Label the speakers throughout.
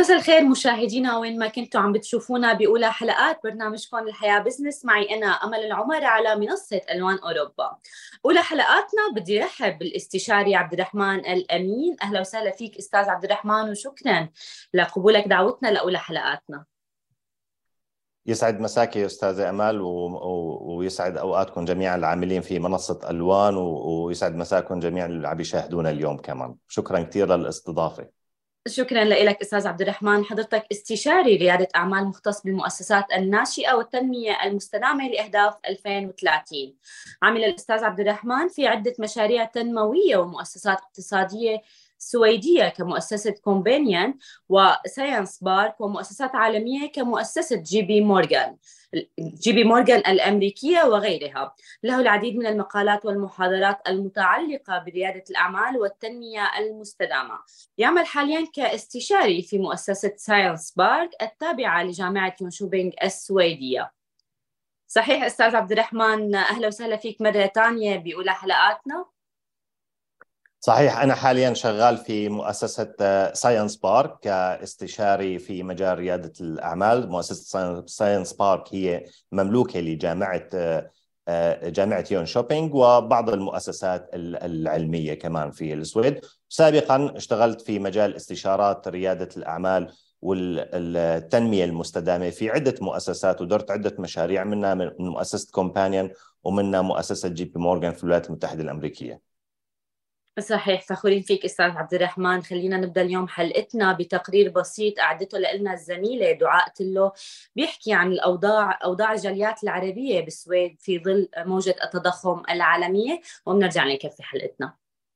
Speaker 1: مساء الخير مشاهدينا وين ما كنتوا عم بتشوفونا بأولى حلقات برنامجكم الحياة بزنس. معي أنا أمل العمر على منصة ألوان أوروبا. أولى حلقاتنا بدي رحب بالاستشاري عبد الرحمن الأمين. أهلا وسهلا فيك أستاذ عبد الرحمن، وشكرا لقبولك دعوتنا لأولى حلقاتنا.
Speaker 2: يسعد مساكي يا أستاذة أمال ويسعد أوقاتكم جميعا العاملين في منصة ألوان ويسعد مساكم جميعا اللي عم يشاهدونا اليوم كمان. شكرا كثير للاستضافة.
Speaker 1: شكرا لك أستاذ عبد الرحمن. حضرتك استشاري ريادة أعمال مختص بالمؤسسات الناشئة والتنمية المستدامة لأهداف 2030. عمل الأستاذ عبد الرحمن في عدة مشاريع تنموية ومؤسسات اقتصادية سويدية كمؤسسة كومبانيون وساينس بارك، ومؤسسات عالمية كمؤسسة جي بي مورغان الأمريكية وغيرها. له العديد من المقالات والمحاضرات المتعلقة بريادة الأعمال والتنمية المستدامة. يعمل حاليا كاستشاري في مؤسسة ساينس بارك التابعة لجامعة يونشوبينغ السويدية. صحيح أستاذ عبد الرحمن؟ أهلا وسهلا فيك مرة ثانية بأولى حلقاتنا.
Speaker 2: صحيح، أنا حاليا شغال في مؤسسة ساينس بارك كاستشاري في مجال ريادة الأعمال. مؤسسة ساينس بارك هي مملوكة لجامعة جامعة يون شوبينغ وبعض المؤسسات العلمية كمان في السويد. سابقا اشتغلت في مجال استشارات ريادة الأعمال والتنمية المستدامة في عدة مؤسسات، ودرت عدة مشاريع منها من مؤسسة كومبانيون ومنها مؤسسة جي بي مورغان في الولايات المتحدة الأمريكية.
Speaker 1: صحيح، فخورين فيك أستاذ عبد الرحمن. خلينا نبدأ اليوم حلقتنا بتقرير بسيط أعدته لنا الزميلة دعاء تلو، بيحكي عن أوضاع الجاليات العربية بالسويد في ظل موجة التضخم العالمية، وبنرجع نكفي حلقتنا.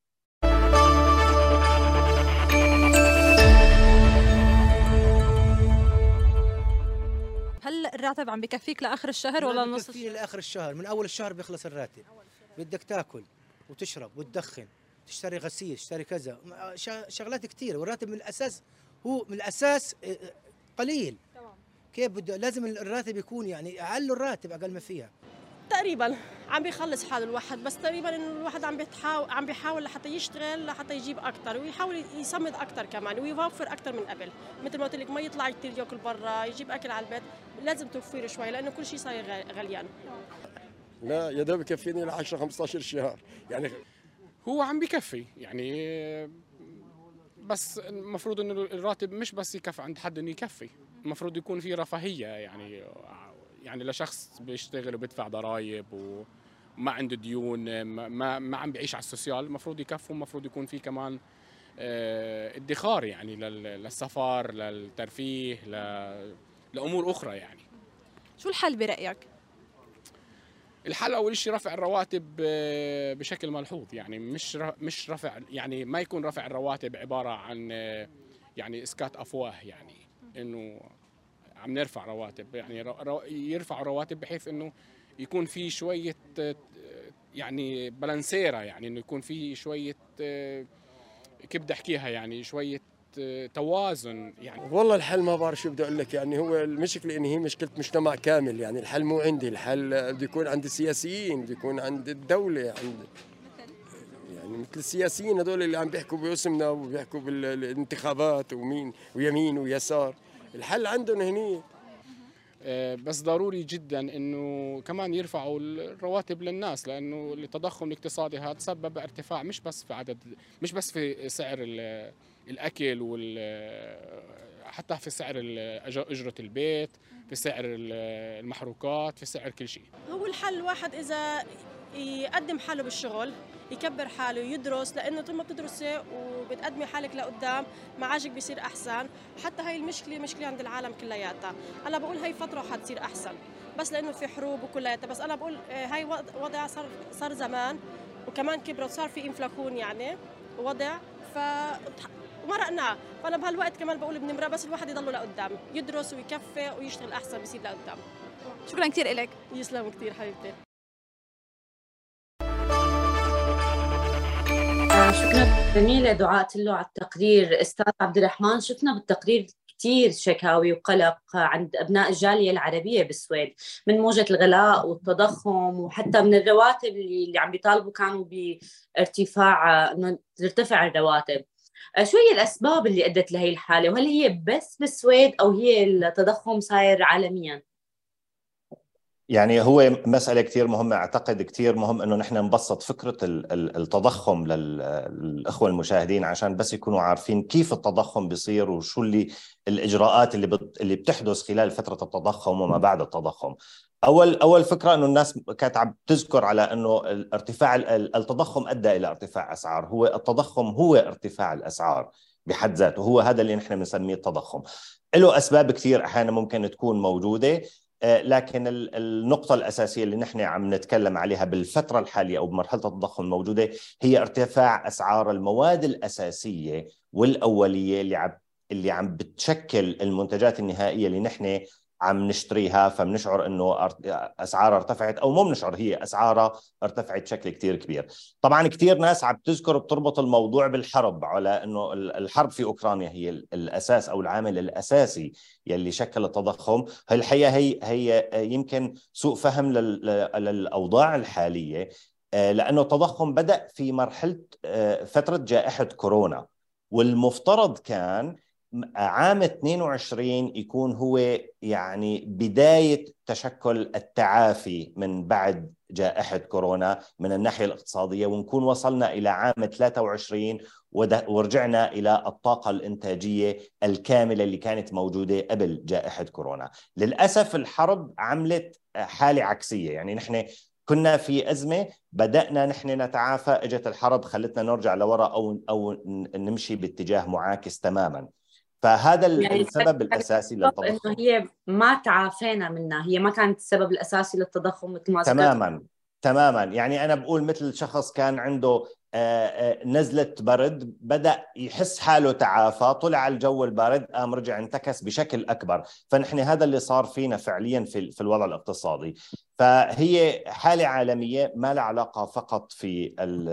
Speaker 3: هل الراتب عم بكفيك لآخر الشهر ولا نص الشهر؟
Speaker 4: بكفيني لآخر الشهر، من أول الشهر بيخلص الراتب. بدك تاكل وتشرب وتدخن، تشتري غسيل، تشتري كذا، شغلات كثير، والراتب من الأساس هو من الأساس قليل. تمام. كيف بده لازم الراتب يكون يعني أقل الراتب أقل ما فيها.
Speaker 3: تقريبا عم بيخلص حاله الواحد، بس تقريبا انه الواحد عم بيحاول لحتى يشتغل لحتى يجيب اكثر ويحاول يصمد اكثر كمان ويوفر اكثر من قبل. مثل ما قلت لك ما يطلع كثير ياكل برا، يجيب اكل على البيت، لازم توفير شوي لانه كل شيء صاير غليان.
Speaker 5: لا يا دوب يكفيني ل 10 15 شهر يعني.
Speaker 6: هو عم بكفي يعني، بس المفروض انه الراتب مش بس يكفي عند حد انه يكفي، المفروض يكون في رفاهية يعني لشخص بيشتغل وبيدفع ضرائب وما عنده ديون، ما عم بيعيش على السوسيال، المفروض يكفوا. المفروض يكون في كمان ادخار يعني للسفر، للترفيه، لأمور أخرى يعني.
Speaker 3: شو الحل برأيك؟
Speaker 6: الحل أول شيء رفع الرواتب بشكل ملحوظ، يعني مش رفع، يعني ما يكون رفع الرواتب عبارة عن يعني إسكات أفواه، يعني إنه عم نرفع رواتب، يعني يرفعوا رواتب بحيث إنه يكون في شوية يعني بلانسيرا، يعني إنه يكون في شوية كيف بدي أحكيها، يعني شوية توازن يعني.
Speaker 5: والله الحل ما بعرف شو بدي اقول لك، يعني هو المشكله ان هي مشكله مجتمع كامل، يعني الحل مو عندي، الحل بده يكون عند السياسيين، بده يكون عند الدوله، عند يعني مثل السياسيين هذول اللي عم بيحكوا باسمنا وبيحكوا بالانتخابات ومين ويمين ويسار، الحل عندهم هني.
Speaker 6: بس ضروري جدا انه كمان يرفعوا الرواتب للناس، لانه التضخم الاقتصادي هذا سبب ارتفاع مش بس في سعر الاكل حتى في سعر اجره البيت، في سعر المحروقات، في سعر كل شيء.
Speaker 3: هو الحل الواحد اذا يقدم حاله بالشغل، يكبر حاله، يدرس، لانه طول ما بتدرسي وبتقدمي حالك لقدام معاشك بيصير احسن. وحتى هاي مشكله عند العالم كلياتها. انا بقول هاي فتره وحتصير احسن، بس لانه في حروب وكلياتها، بس انا بقول هاي وضع صار زمان، وكمان كبرت صار في انفلاكون يعني وضع ومرقناه. فانا بهالوقت كمان بقول بنمرق، بس الواحد يضله لقدام، يدرس ويكفي ويشتغل احسن، بيصير لقدام. شكرا كثير لك. يسلم كثير حبيبتي.
Speaker 1: شكرا جميلة دعاء تلو على التقرير. أستاذ عبد الرحمن، شفنا بالتقرير كثير شكاوي وقلق عند أبناء الجالية العربية بالسويد من موجة الغلاء والتضخم، وحتى من الرواتب اللي عم بيطالبوا كانوا بارتفاع، إنه ترتفع الرواتب. شو هي الأسباب اللي أدت لهي الحالة، وهل هي بس بالسويد أو هي التضخم صاير عالميا؟
Speaker 2: يعني هو مسألة كثير مهمة. أعتقد كثير مهم أنه نحن نبسط فكرة التضخم للأخوة المشاهدين عشان بس يكونوا عارفين كيف التضخم بيصير وشو الإجراءات اللي بتحدث خلال فترة التضخم وما بعد التضخم. أول فكرة أنه الناس كانت عم تذكر على أنه ارتفاع التضخم أدى إلى ارتفاع أسعار. هو التضخم هو ارتفاع الأسعار بحد ذاته، هو هذا اللي نحن بنسميه التضخم. له أسباب كثير أحيانا ممكن تكون موجودة، لكن النقطة الأساسية اللي نحن عم نتكلم عليها بالفترة الحالية أو بمرحلة التضخم الموجودة هي ارتفاع أسعار المواد الأساسية والأولية اللي عم بتشكل المنتجات النهائية اللي نحن عم نشتريها. فبنشعر انه اسعارها ارتفعت، او مو بنشعر، هي اسعارها ارتفعت بشكل كثير كبير. طبعا كثير ناس عم تذكر بتربط الموضوع بالحرب، على انه الحرب في اوكرانيا هي الاساس او العامل الاساسي يلي شكل التضخم. الحقيقه هي يمكن سوء فهم للاوضاع الحاليه، لانه التضخم بدا في مرحله فتره جائحه كورونا، والمفترض كان عام 22 يكون هو يعني بداية تشكل التعافي من بعد جائحة كورونا من الناحية الاقتصادية، ونكون وصلنا إلى عام 23 ورجعنا إلى الطاقة الإنتاجية الكاملة اللي كانت موجودة قبل جائحة كورونا. للأسف الحرب عملت حالة عكسية، يعني نحن كنا في أزمة، بدأنا نحن نتعافى، اجت الحرب خلتنا نرجع لوراء أو نمشي باتجاه معاكس تماما. فهذا
Speaker 1: يعني
Speaker 2: السبب الأساسي للتضخم.
Speaker 1: إنه هي ما تعافينا منها، هي ما كانت السبب الأساسي للتضخم مثل ما ذكرت.
Speaker 2: تماما. يعني أنا بقول مثل شخص كان عنده نزلة برد، بدأ يحس حاله تعافى، طلع الجو البارد، قام رجع انتكس بشكل أكبر. فنحن هذا اللي صار فينا فعليا في الوضع الاقتصادي. فهي حالة عالمية ما لها علاقة فقط في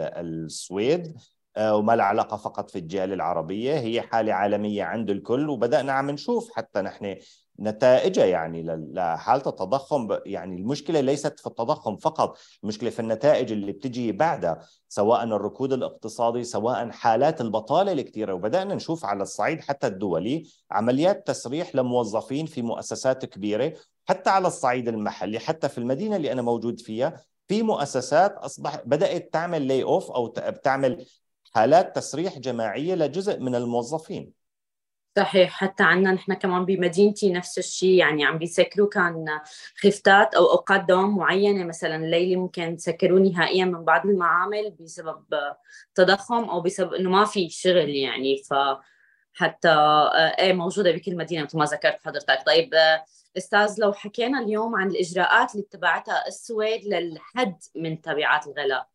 Speaker 2: السويد، وما لها علاقة فقط في الجالية العربية، هي حالة عالمية عند الكل. وبدأنا عم نشوف حتى نحن نتائجها يعني لحالة التضخم. يعني المشكلة ليست في التضخم فقط، المشكلة في النتائج اللي بتجي بعدها، سواء الركود الاقتصادي، سواء حالات البطالة الكثيرة. وبدأنا نشوف على الصعيد حتى الدولي عمليات تسريح لموظفين في مؤسسات كبيرة، حتى على الصعيد المحلي. حتى في المدينة اللي أنا موجود فيها في مؤسسات بدأت تعمل لاي أوف أو بتعمل حالات تسريح جماعية لجزء من الموظفين.
Speaker 1: صحيح، حتى عنا نحن كمان بمدينتي نفس الشيء، يعني عم بيسكروا كان خفتات او اوقات دوام معينه، مثلا الليله ممكن تسكروا نهائيا من بعض المعامل بسبب تضخم او بسبب انه ما في شغل. يعني فحتى ايه موجوده بكل مدينه مثل ما ذكرت حضرتك. طيب استاذ، لو حكينا اليوم عن الاجراءات اللي اتبعتها السويد للحد من تبعات الغلاء.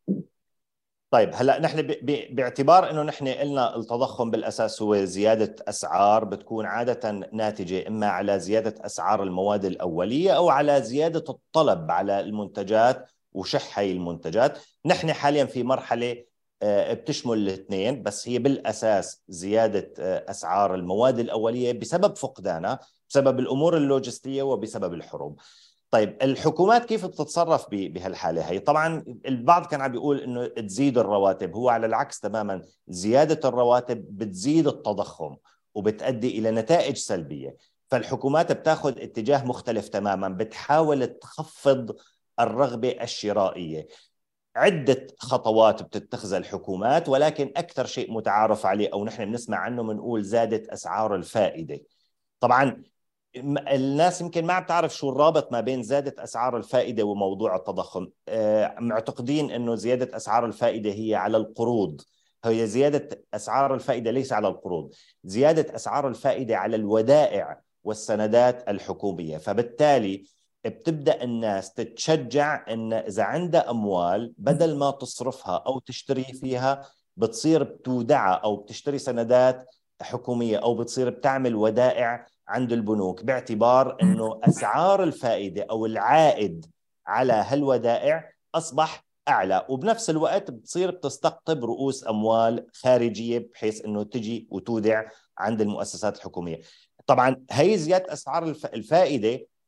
Speaker 2: طيب هلا نحن باعتبار انه نحن قلنا التضخم بالاساس هو زياده اسعار، بتكون عاده ناتجه اما على زياده اسعار المواد الاوليه او على زياده الطلب على المنتجات وشح هي المنتجات. نحن حاليا في مرحله بتشمل الاثنين، بس هي بالاساس زياده اسعار المواد الاوليه بسبب فقدانها، بسبب الامور اللوجستيه وبسبب الحروب. طيب الحكومات كيف بتتصرف بهالحالة هي؟ طبعا البعض كان عم بيقول انه تزيد الرواتب، هو على العكس تماما، زيادة الرواتب بتزيد التضخم وبتؤدي الى نتائج سلبية. فالحكومات بتاخذ اتجاه مختلف تماما، بتحاول تخفض الرغبة الشرائية. عدة خطوات بتتخذها الحكومات، ولكن أكثر شيء متعارف عليه أو نحن بنسمع عنه بنقول زادت أسعار الفائدة. طبعا الناس يمكن ما بتعرف شو الرابط ما بين زيادة أسعار الفائدة وموضوع التضخم. معتقدين أنه زيادة أسعار الفائدة هي على القروض. هي زيادة أسعار الفائدة ليس على القروض، زيادة أسعار الفائدة على الودائع والسندات الحكومية. فبالتالي بتبدأ الناس تتشجع أن إذا عندها أموال بدل ما تصرفها أو تشتري فيها، بتصير بتودعها أو بتشتري سندات حكومية أو بتصير بتعمل ودائع عند البنوك، باعتبار أنه أسعار الفائدة أو العائد على هالودائع أصبح أعلى، وبنفس الوقت بتصير بتستقطب رؤوس أموال خارجية بحيث أنه تجي وتودع عند المؤسسات الحكومية. طبعا هي زيادة أسعار الفائدة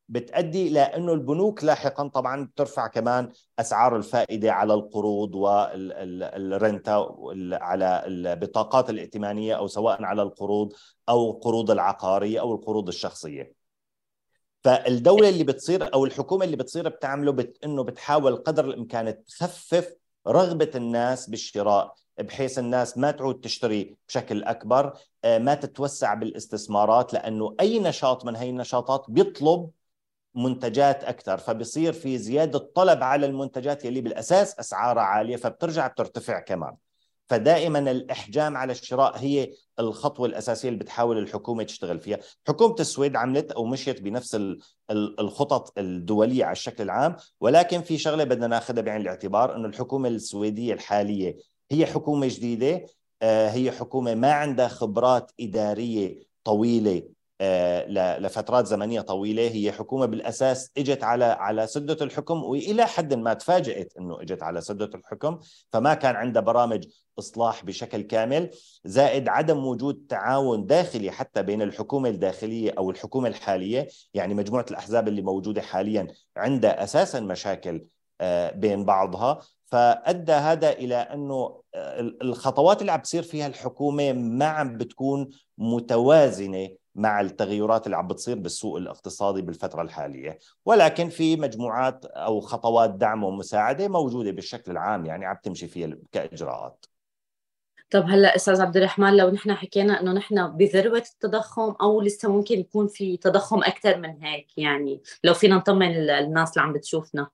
Speaker 2: بتؤدي إلى أنه البنوك لاحقا طبعا بترفع كمان أسعار الفائدة على القروض والرنتا على البطاقات الائتمانية، أو سواء على القروض أو القروض العقارية أو القروض الشخصية. فالدولة اللي بتصير أو الحكومة اللي بتصير بتعمله أنه بتحاول قدر الإمكان تخفف رغبة الناس بالشراء، بحيث الناس ما تعود تشتري بشكل أكبر، ما تتوسع بالاستثمارات، لأنه أي نشاط من هاي النشاطات بيطلب منتجات أكثر، فبصير في زيادة طلب على المنتجات اللي بالأساس أسعارها عالية، فبترجع بترتفع كمان. فدائما الإحجام على الشراء هي الخطوة الأساسية اللي بتحاول الحكومة تشتغل فيها. حكومة السويد عملت أو مشيت بنفس الخطط الدولية على الشكل العام، ولكن في شغلة بدنا ناخذها بعين الاعتبار، أنه الحكومة السويدية الحالية هي حكومة جديدة، هي حكومة ما عندها خبرات إدارية طويلة لفترات زمنية طويلة. هي حكومة بالأساس اجت على سدة الحكم، وإلى حد ما تفاجأت أنه اجت على سدة الحكم، فما كان عندها برامج إصلاح بشكل كامل، زائد عدم وجود تعاون داخلي حتى بين الحكومة الداخلية أو الحكومة الحالية. يعني مجموعة الأحزاب اللي موجودة حاليا عندها أساسا مشاكل بين بعضها، فأدى هذا إلى أنه الخطوات اللي عم بتصير فيها الحكومة ما عم بتكون متوازنة مع التغيرات اللي عم بتصير بالسوق الاقتصادي بالفترة الحالية. ولكن في مجموعات أو خطوات دعم ومساعدة موجودة بالشكل العام، يعني عم تمشي فيها كإجراءات.
Speaker 1: طب هلا استاذ عبد الرحمن، لو نحن حكينا انه نحن بذروة التضخم او لسه ممكن يكون في تضخم اكثر من هيك، يعني لو فينا نطمن الناس اللي عم بتشوفنا.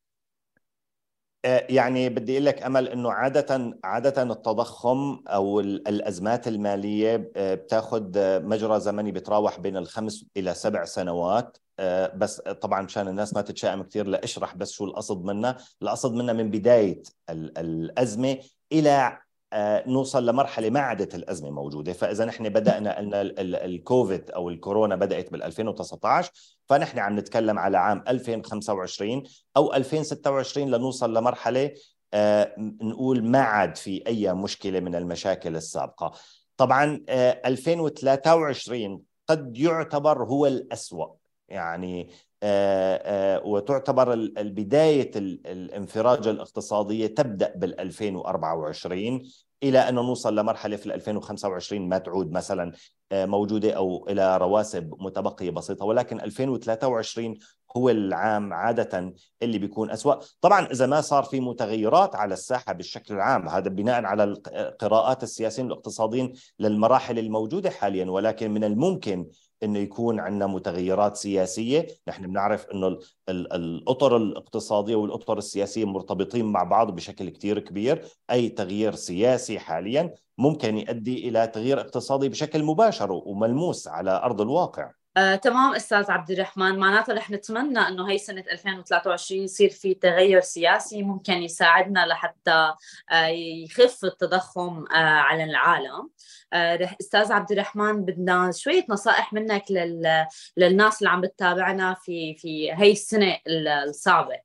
Speaker 2: يعني بدي أقول لك أمل أنه عادة التضخم أو الأزمات المالية بتاخذ مجرى زمني بتراوح بين 5 إلى 7 سنوات. بس طبعا مشان الناس ما تتشائم كثير، لأشرح بس شو القصد منها. القصد منها من بداية الأزمة إلى نوصل لمرحلة ما عادت الأزمة موجودة. فإذا نحن بدأنا أن الكوفيد أو الكورونا بدأت بال2019، فنحن عم نتكلم على عام 2025 أو 2026 لنوصل لمرحلة نقول ما عاد في أي مشكلة من المشاكل السابقة. طبعا 2023 قد يعتبر هو الأسوأ، يعني وتعتبر بداية الانفراجة الاقتصادية تبدأ بال2024 إلى أن نوصل لمرحلة في 2025 ما تعود مثلا موجودة أو إلى رواسب متبقية بسيطة. ولكن 2023 هو العام عادة اللي بيكون أسوأ. طبعا إذا ما صار في متغيرات على الساحة بالشكل العام، هذا بناء على قراءات السياسيين الاقتصاديين للمراحل الموجودة حاليا. ولكن من الممكن انه يكون عندنا متغيرات سياسيه. نحن بنعرف انه الاطر الاقتصاديه والاطر السياسيه مرتبطين مع بعض بشكل كثير كبير. اي تغيير سياسي حاليا ممكن يؤدي الى تغيير اقتصادي بشكل مباشر وملموس على ارض الواقع.
Speaker 1: تمام استاذ عبد الرحمن، معناته رح نتمنى انه هي سنة 2023 يصير في تغير سياسي ممكن يساعدنا لحتى يخف التضخم على العالم. استاذ عبد الرحمن، بدنا شوية نصائح منك للناس اللي عم بتتابعنا في هي السنة الصعبة.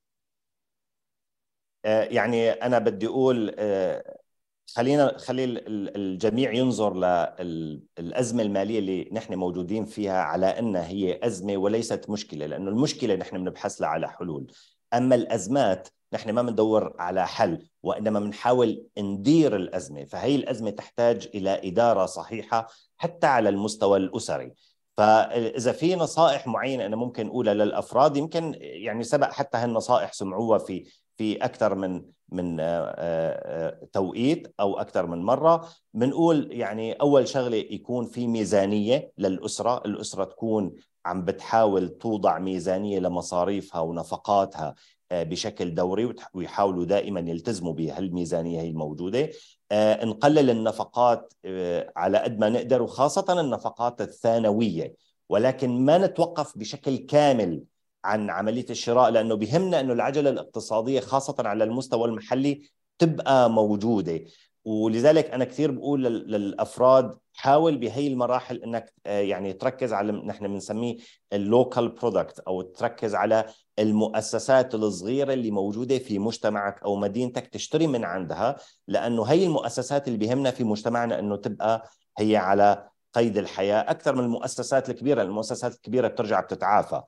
Speaker 2: يعني انا بدي اقول خلي الجميع ينظر للأزمة المالية اللي نحن موجودين فيها على أنها هي أزمة وليست مشكلة، لأنه المشكلة نحن بنبحث لها على حلول. أما الأزمات نحن ما بندور على حل، وإنما بنحاول ندير الأزمة. فهي الأزمة تحتاج إلى إدارة صحيحة حتى على المستوى الأسري. فإذا في نصائح معينة أنا ممكن أقولها للأفراد، يمكن يعني سبق حتى هالنصائح سمعوها في أكثر من توقيت أو أكثر من مرة. بنقول يعني أول شغلة يكون في ميزانية للأسرة. الأسرة تكون عم بتحاول توضع ميزانية لمصاريفها ونفقاتها بشكل دوري، ويحاولوا دائما يلتزموا بهالميزانية هي الموجودة. نقلل النفقات على قد ما نقدر، وخاصة النفقات الثانوية، ولكن ما نتوقف بشكل كامل عن عملية الشراء، لأنه بيهمنا أنه العجلة الاقتصادية خاصة على المستوى المحلي تبقى موجودة. ولذلك أنا كثير بقول للأفراد حاول بهي المراحل أنك يعني تركز على نحن بنسميه اللوكال برودكت، أو تركز على المؤسسات الصغيرة اللي موجودة في مجتمعك أو مدينتك، تشتري من عندها، لأنه هي المؤسسات اللي بيهمنا في مجتمعنا أنه تبقى هي على قيد الحياة أكثر من المؤسسات الكبيرة. المؤسسات الكبيرة بترجع بتتعافى.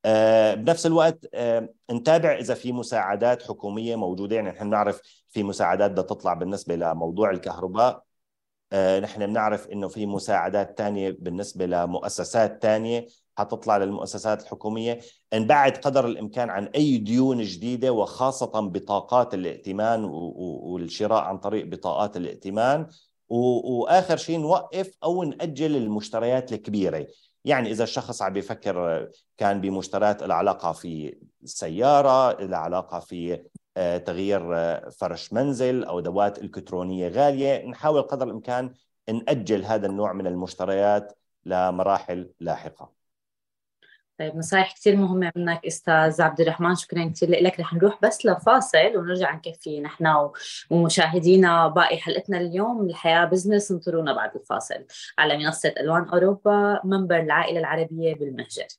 Speaker 2: بنفس الوقت نتابع إذا في مساعدات حكومية موجودة. يعني نحن بنعرف في مساعدات بدها تطلع بالنسبة لموضوع الكهرباء، نحن بنعرف إنه في مساعدات تانية بالنسبة لمؤسسات تانية حتطلع للمؤسسات الحكومية. نبعد قدر الإمكان عن أي ديون جديدة، وخاصة بطاقات الائتمان والشراء عن طريق بطاقات الائتمان. وآخر شيء نوقف أو نأجل المشتريات الكبيرة. يعني إذا الشخص عم بيفكر كان بمشتريات العلاقة في السيارة، العلاقة في تغيير فرش منزل أو أدوات إلكترونية غالية، نحاول قدر الإمكان نأجل هذا النوع من المشتريات لمراحل لاحقة.
Speaker 1: طيب، نصائح كثير مهمة منك أستاذ عبد الرحمن، شكرا كثير لك. رح نروح بس لفاصل ونرجع نكفي نحن ومشاهدينا باقي حلقتنا اليوم. الحياة بزنس، انطرونا بعد الفاصل على منصة ألوان أوروبا، منبر العائلة العربية بالمهجر.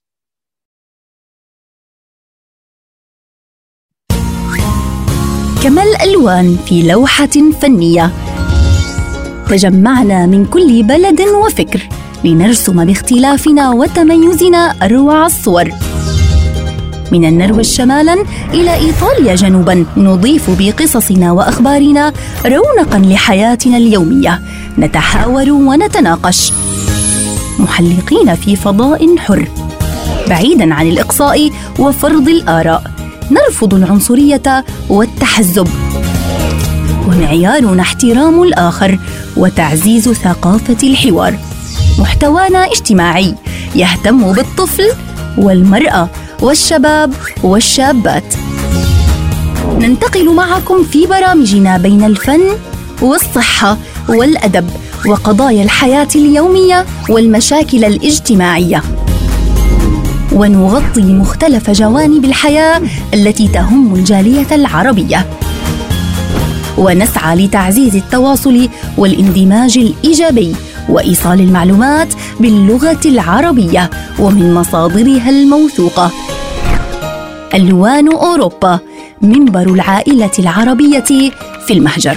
Speaker 7: كما الألوان في لوحة فنية، تجمعنا من كل بلد وفكر لنرسم باختلافنا وتميزنا أروع الصور. من النرويج شمالاً إلى إيطاليا جنوباً، نضيف بقصصنا وأخبارنا رونقاً لحياتنا اليومية. نتحاور ونتناقش محلقين في فضاء حر، بعيداً عن الإقصاء وفرض الآراء. نرفض العنصرية والتحزب، ومعيارنا احترام الآخر وتعزيز ثقافة الحوار. محتوانا اجتماعي يهتم بالطفل والمرأة والشباب والشابات. ننتقل معكم في برامجنا بين الفن والصحة والأدب وقضايا الحياة اليومية والمشاكل الاجتماعية، ونغطي مختلف جوانب الحياة التي تهم الجالية العربية، ونسعى لتعزيز التواصل والاندماج الإيجابي وإيصال المعلومات باللغة العربية ومن مصادرها الموثوقة. ألوان أوروبا، منبر العائلة العربية في المهجر.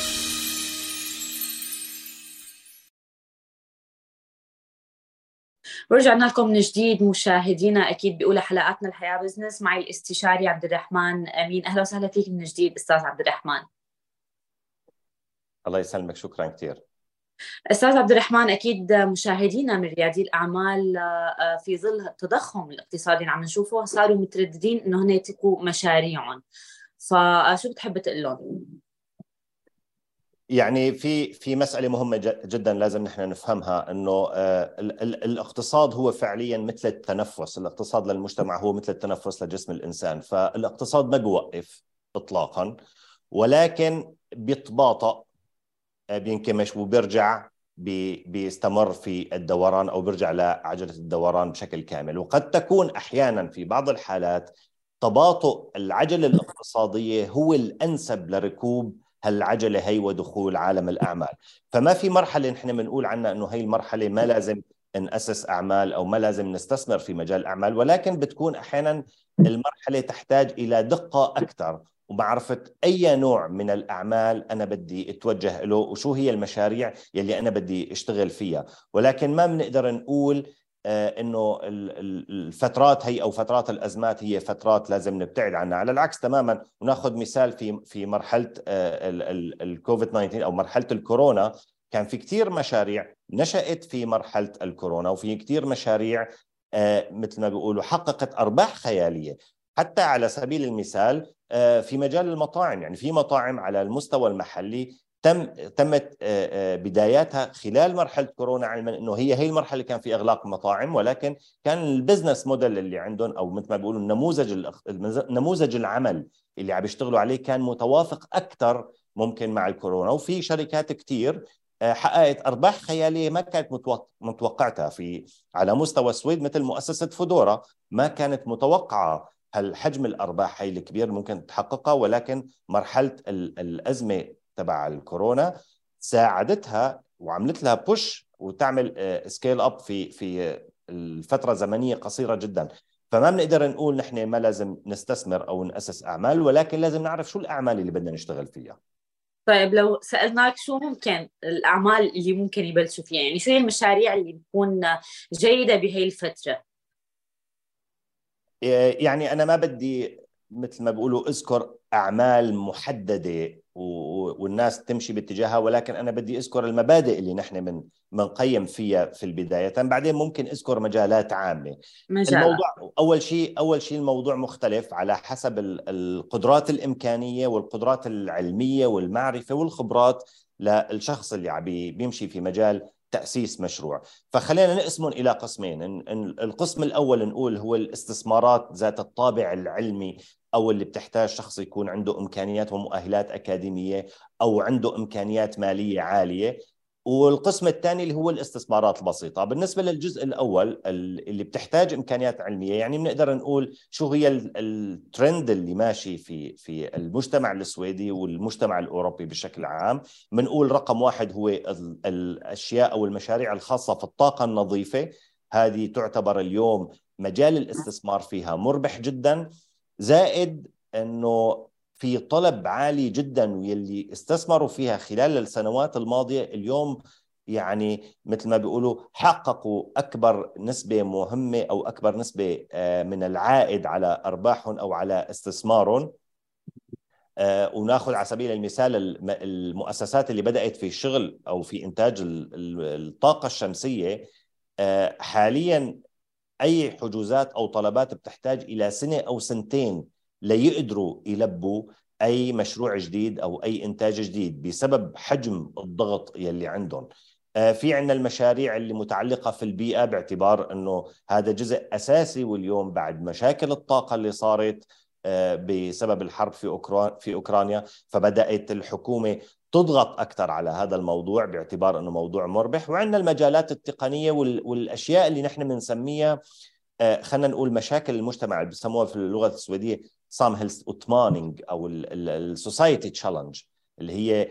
Speaker 1: ورجعنا لكم من جديد مشاهدينا، أكيد بأولى حلقاتنا الحياة بزنس، معي الاستشاري عبد الرحمن أمين. أهلا وسهلا فيك من جديد أستاذ عبد الرحمن.
Speaker 2: الله يسلمك، شكرا كثير.
Speaker 1: أستاذ عبد الرحمن، أكيد مشاهدينا من ريادي الأعمال في ظل التضخم الاقتصادي اللي عم نشوفه صاروا مترددين إنه هن يتركوا مشاريعهم، فشو بتحب تقول لهم؟
Speaker 2: يعني في مسألة مهمة جدا لازم نحن نفهمها، إنه الاقتصاد هو فعليا مثل التنفس. الاقتصاد للمجتمع هو مثل التنفس لجسم الإنسان. فالاقتصاد ما بيوقف إطلاقا، ولكن بيتباطأ، بينكمش وبيرجع بيستمر في الدوران، أو بيرجع لعجلة الدوران بشكل كامل. وقد تكون أحيانا في بعض الحالات تباطؤ العجلة الاقتصادية هو الأنسب لركوب هالعجلة هي ودخول عالم الأعمال. فما في مرحلة نحن بنقول عنها أنه هي المرحلة ما لازم نأسس أعمال أو ما لازم نستثمر في مجال الأعمال، ولكن بتكون أحيانا المرحلة تحتاج إلى دقة أكثر ومعرفة أي نوع من الأعمال أنا بدي أتوجه له وشو هي المشاريع يلي أنا بدي أشتغل فيها. ولكن ما بنقدر نقول إنه الفترات هي أو فترات الأزمات هي فترات لازم نبتعد عنها. على العكس تماما. وناخذ مثال في مرحلة الكوفيد 19 أو مرحلة الكورونا، كان في كتير مشاريع نشأت في مرحلة الكورونا، وفي كتير مشاريع مثل ما بيقولوا حققت أرباح خيالية. حتى على سبيل المثال في مجال المطاعم، يعني في مطاعم على المستوى المحلي تمت بداياتها خلال مرحلة كورونا، علما أنه هي المرحلة اللي كان في إغلاق مطاعم، ولكن كان البزنس موديل اللي عندهم أو مثل ما بيقولوا نموذج العمل اللي عم يشتغلوا عليه كان متوافق أكثر ممكن مع الكورونا. وفي شركات كتير حققت أرباح خيالية ما كانت متوقعتها على مستوى السويد، مثل مؤسسة فودورا ما كانت متوقعة هالحجم الأرباح هي الكبير ممكن تحققها، ولكن مرحلة الأزمة تبع الكورونا ساعدتها وعملت لها بوش وتعمل سكيل أب في الفترة زمنية قصيرة جدا. فما بنقدر نقول نحن ما لازم نستثمر أو نأسس أعمال، ولكن لازم نعرف شو الأعمال اللي بدنا نشتغل فيها.
Speaker 1: طيب، لو سألناك شو ممكن الأعمال اللي ممكن يبلشوا فيها، يعني شو هي المشاريع اللي بتكون جيدة بهي الفترة؟
Speaker 2: يعني أنا ما بدي مثل ما بيقولوا أذكر أعمال محددة والناس تمشي باتجاهها، ولكن أنا بدي أذكر المبادئ اللي نحن منقيم فيها في البداية، بعدين ممكن أذكر مجالات عامة. الموضوع أول شيء الموضوع مختلف على حسب القدرات الإمكانية والقدرات العلمية والمعرفة والخبرات للشخص اللي بيمشي في مجال تأسيس مشروع. فخلينا نقسمهم إلى قسمين. القسم الأول نقول هو الاستثمارات ذات الطابع العلمي، أو اللي بتحتاج شخص يكون عنده إمكانيات ومؤهلات أكاديمية أو عنده إمكانيات مالية عالية. والقسم الثاني اللي هو الاستثمارات البسيطة. بالنسبة للجزء الأول اللي بتحتاج إمكانيات علمية، يعني بنقدر نقول شو هي الترند اللي ماشي في المجتمع السويدي والمجتمع الأوروبي بشكل عام. بنقول رقم واحد هو الأشياء أو المشاريع الخاصة في الطاقة النظيفة. هذه تعتبر اليوم مجال الاستثمار فيها مربح جدا، زائد أنه في طلب عالي جدا، واللي استثمروا فيها خلال السنوات الماضية اليوم يعني مثل ما بيقولوا حققوا أكبر نسبة مهمة أو أكبر نسبة من العائد على أرباحهم أو على استثمارهم. وناخذ على سبيل المثال المؤسسات اللي بدأت في الشغل أو في إنتاج الطاقة الشمسية، حاليا أي حجوزات أو طلبات بتحتاج إلى سنة أو سنتين ليقدروا يلبوا أي مشروع جديد أو أي إنتاج جديد بسبب حجم الضغط يلي عندهم. في عندنا المشاريع اللي متعلقة في البيئة، باعتبار أنه هذا جزء أساسي، واليوم بعد مشاكل الطاقة اللي صارت بسبب الحرب في أوكرانيا، فبدأت الحكومة تضغط أكثر على هذا الموضوع باعتبار أنه موضوع مربح. وعندنا المجالات التقنية والأشياء اللي نحن بنسميها خلينا نقول مشاكل المجتمع، اللي بسموها في اللغة السويدية سام هيلث اوتمانينج أو السوسايتي تشالنج، اللي هي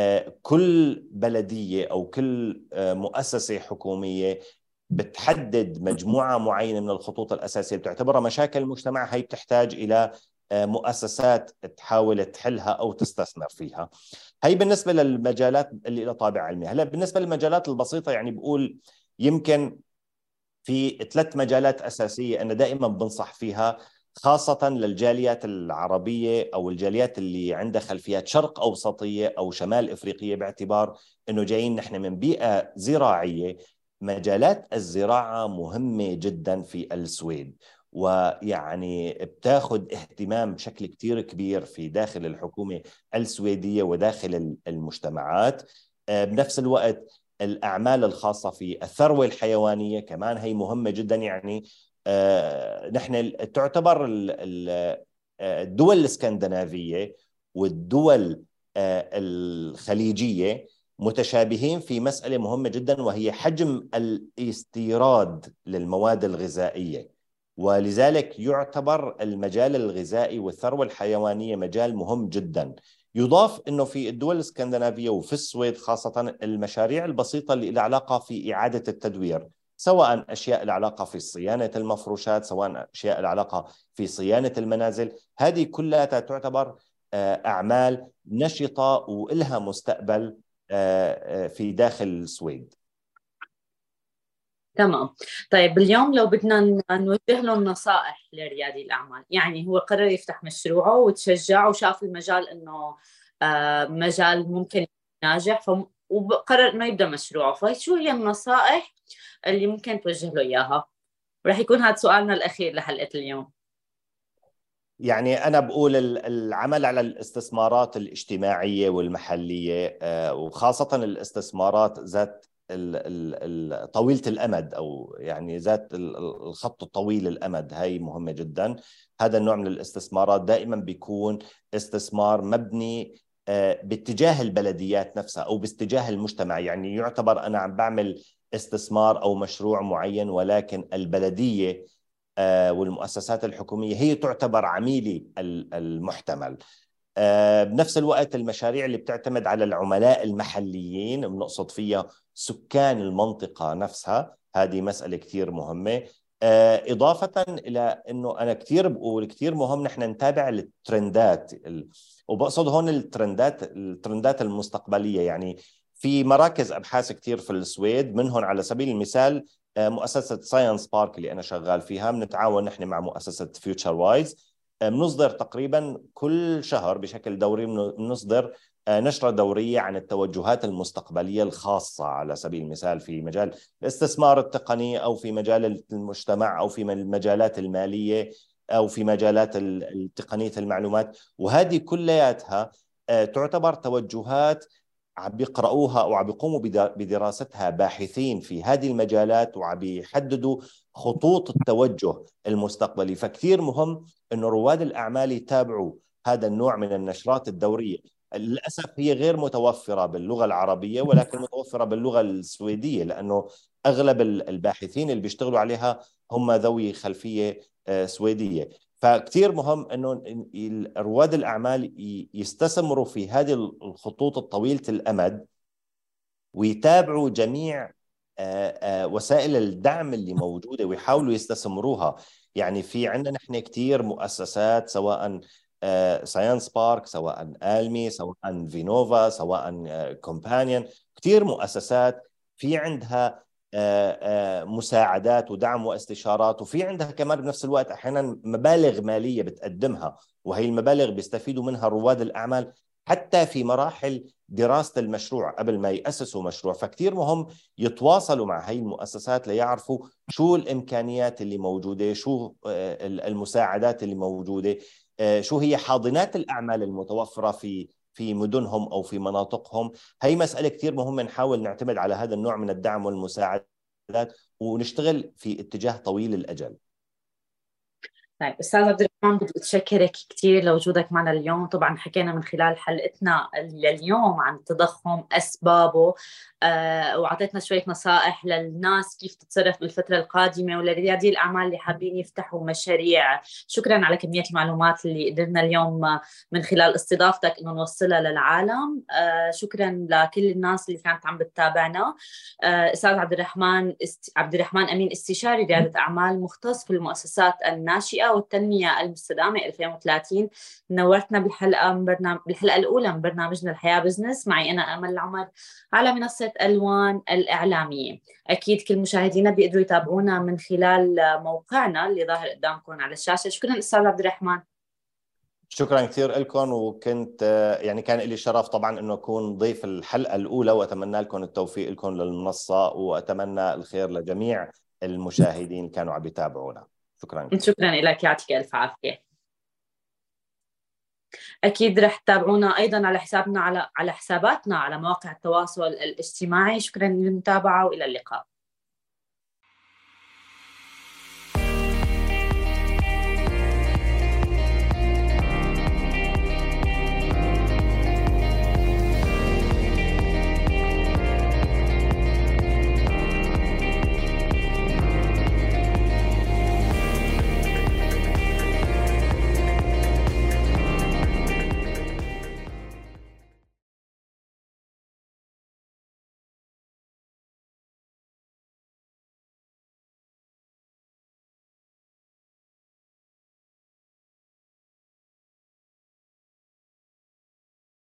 Speaker 2: كل بلدية أو كل مؤسسة حكومية بتحدد مجموعة معينة من الخطوط الأساسية بتعتبرها مشاكل المجتمع، هي بتحتاج إلى مؤسسات تحاول تحلها أو تستثمر فيها. هي بالنسبة للمجالات اللي لها طابع علمي. هلا بالنسبة للمجالات البسيطة، يعني بقول يمكن في 3 مجالات أساسية أنا دائما بنصح فيها، خاصة للجاليات العربية أو الجاليات اللي عندها خلفيات شرق أوسطية أو شمال إفريقية، باعتبار أنه جايين نحن من بيئة زراعية. مجالات الزراعة مهمة جدا في السويد، ويعني بتاخذ اهتمام بشكل كتير كبير في داخل الحكومة السويدية وداخل المجتمعات. بنفس الوقت الأعمال الخاصة في الثروة الحيوانية كمان هي مهمة جدا. يعني نحن تعتبر الدول الاسكندنافية والدول الخليجية متشابهين في مسألة مهمة جدا، وهي حجم الاستيراد للمواد الغذائية. ولذلك يعتبر المجال الغذائي والثروة الحيوانية مجال مهم جدا. يضاف أنه في الدول الاسكندنافية وفي السويد خاصة المشاريع البسيطة اللي لها علاقة في إعادة التدوير، سواء أشياء لها علاقة في صيانة المفروشات، سواء أشياء لها علاقة في صيانة المنازل، هذه كلها تعتبر أعمال نشطة وإلها مستقبل في داخل السويد.
Speaker 1: تمام. طيب اليوم لو بدنا نوجه له نصائح لريادي الأعمال، يعني هو قرر يفتح مشروعه وتشجع وشاف المجال إنه مجال ممكن ناجح، وقرر إنه يبدأ مشروعه، فشو هي النصائح اللي ممكن توجه له إياها؟ ورح يكون هذا سؤالنا الأخير لحلقة اليوم.
Speaker 2: يعني أنا بقول العمل على الاستثمارات الاجتماعية والمحلية، وخاصة الاستثمارات ذات طويلة الأمد، أو يعني ذات الخط الطويل الأمد، هاي مهمة جدا. هذا النوع من الاستثمارات دائما بيكون استثمار مبني باتجاه البلديات نفسها أو باتجاه المجتمع. يعني يعتبر أنا عم بعمل استثمار أو مشروع معين، ولكن البلدية والمؤسسات الحكومية هي تعتبر عميلي المحتمل. بنفس الوقت المشاريع اللي بتعتمد على العملاء المحليين، بنقصد فيها سكان المنطقة نفسها، هذه مسألة كتير مهمة. إضافة إلى أنه أنا كتير بقول كتير مهم نحن نتابع الترندات، وبقصد هون الترندات المستقبلية. يعني في مراكز أبحاث كثير في السويد، منهم على سبيل المثال مؤسسة ساينس بارك اللي أنا شغال فيها. بنتعاون نحن مع مؤسسة فيوتشر وايز، بنصدر تقريبا كل شهر بشكل دوري بنصدر نشرة دورية عن التوجهات المستقبلية الخاصة على سبيل المثال في مجال الاستثمار التقني أو في مجال المجتمع أو في المجالات المالية أو في مجالات تقنية المعلومات. وهذه كلياتها تعتبر توجهات عم بيقرأوها أو عم بيقوموا بدراستها باحثين في هذه المجالات وعم بيحددوا خطوط التوجه المستقبلي. فكثير مهم إنه رواد الأعمال يتابعوا هذا النوع من النشرات الدورية. للأسف هي غير متوفرة باللغة العربية ولكن متوفرة باللغة السويدية، لأنه أغلب الباحثين اللي بيشتغلوا عليها هم ذوي خلفية سويدية. فكتير مهم أنه رواد الأعمال يستثمروا في هذه الخطوط الطويلة الأمد ويتابعوا جميع وسائل الدعم اللي موجودة ويحاولوا يستثمروها. يعني في عندنا نحن كتير مؤسسات، سواء ساينس بارك، سواء آلمي، سواء فينوفا، سواء كومبانيون، كتير مؤسسات في عندها مساعدات ودعم واستشارات، وفي عندها كمان بنفس الوقت أحيانا مبالغ مالية بتقدمها، وهي المبالغ بيستفيدوا منها رواد الأعمال حتى في مراحل دراسة المشروع قبل ما يأسسوا مشروع. فكتير مهم يتواصلوا مع هاي المؤسسات ليعرفوا شو الإمكانيات اللي موجودة، شو المساعدات اللي موجودة، شو هي حاضنات الأعمال المتوفرة في مدنهم أو في مناطقهم. هي مسألة كتير مهمة، نحاول نعتمد على هذا النوع من الدعم والمساعدات ونشتغل في اتجاه طويل الأجل.
Speaker 1: طيب أستاذ عبد الرحمن، بدي أتشكرك كثير لوجودك معنا اليوم. طبعا حكينا من خلال حلقتنا اليوم عن التضخم، أسبابه، وعطيتنا شوية نصائح للناس كيف تتصرف بالفترة القادمة ولريادي الأعمال اللي حابين يفتحوا مشاريع. شكرا على كمية المعلومات اللي قدرنا اليوم من خلال استضافتك إنه نوصلها للعالم. شكرا لكل الناس اللي كانت عم بتتابعنا. أستاذ عبد الرحمن أمين، استشاري ريادة أعمال مختص في المؤسسات الناشئة والتنمية المستدامة 2030، نورتنا بالحلقة الأولى من برنامجنا الحياة بزنس. معي أنا أمل العمر على منصة ألوان الإعلامية. أكيد كل مشاهدينا بيقدروا يتابعونا من خلال موقعنا اللي ظاهر قدامكم على الشاشة. شكرا أستاذ عبد الرحمن.
Speaker 2: شكرا كثير لكم، وكنت يعني كان لي شرف طبعا انه اكون ضيف الحلقه الاولى، واتمنى لكم التوفيق لكم للمنصه، واتمنى الخير لجميع المشاهدين اللي كانوا عم يتابعونا. شكرا كثير.
Speaker 1: شكرا لك، يعطيك الف عافيه. اكيد رح تتابعونا ايضا على حسابنا على حساباتنا على مواقع التواصل الاجتماعي. شكرا للمتابعه والى اللقاء.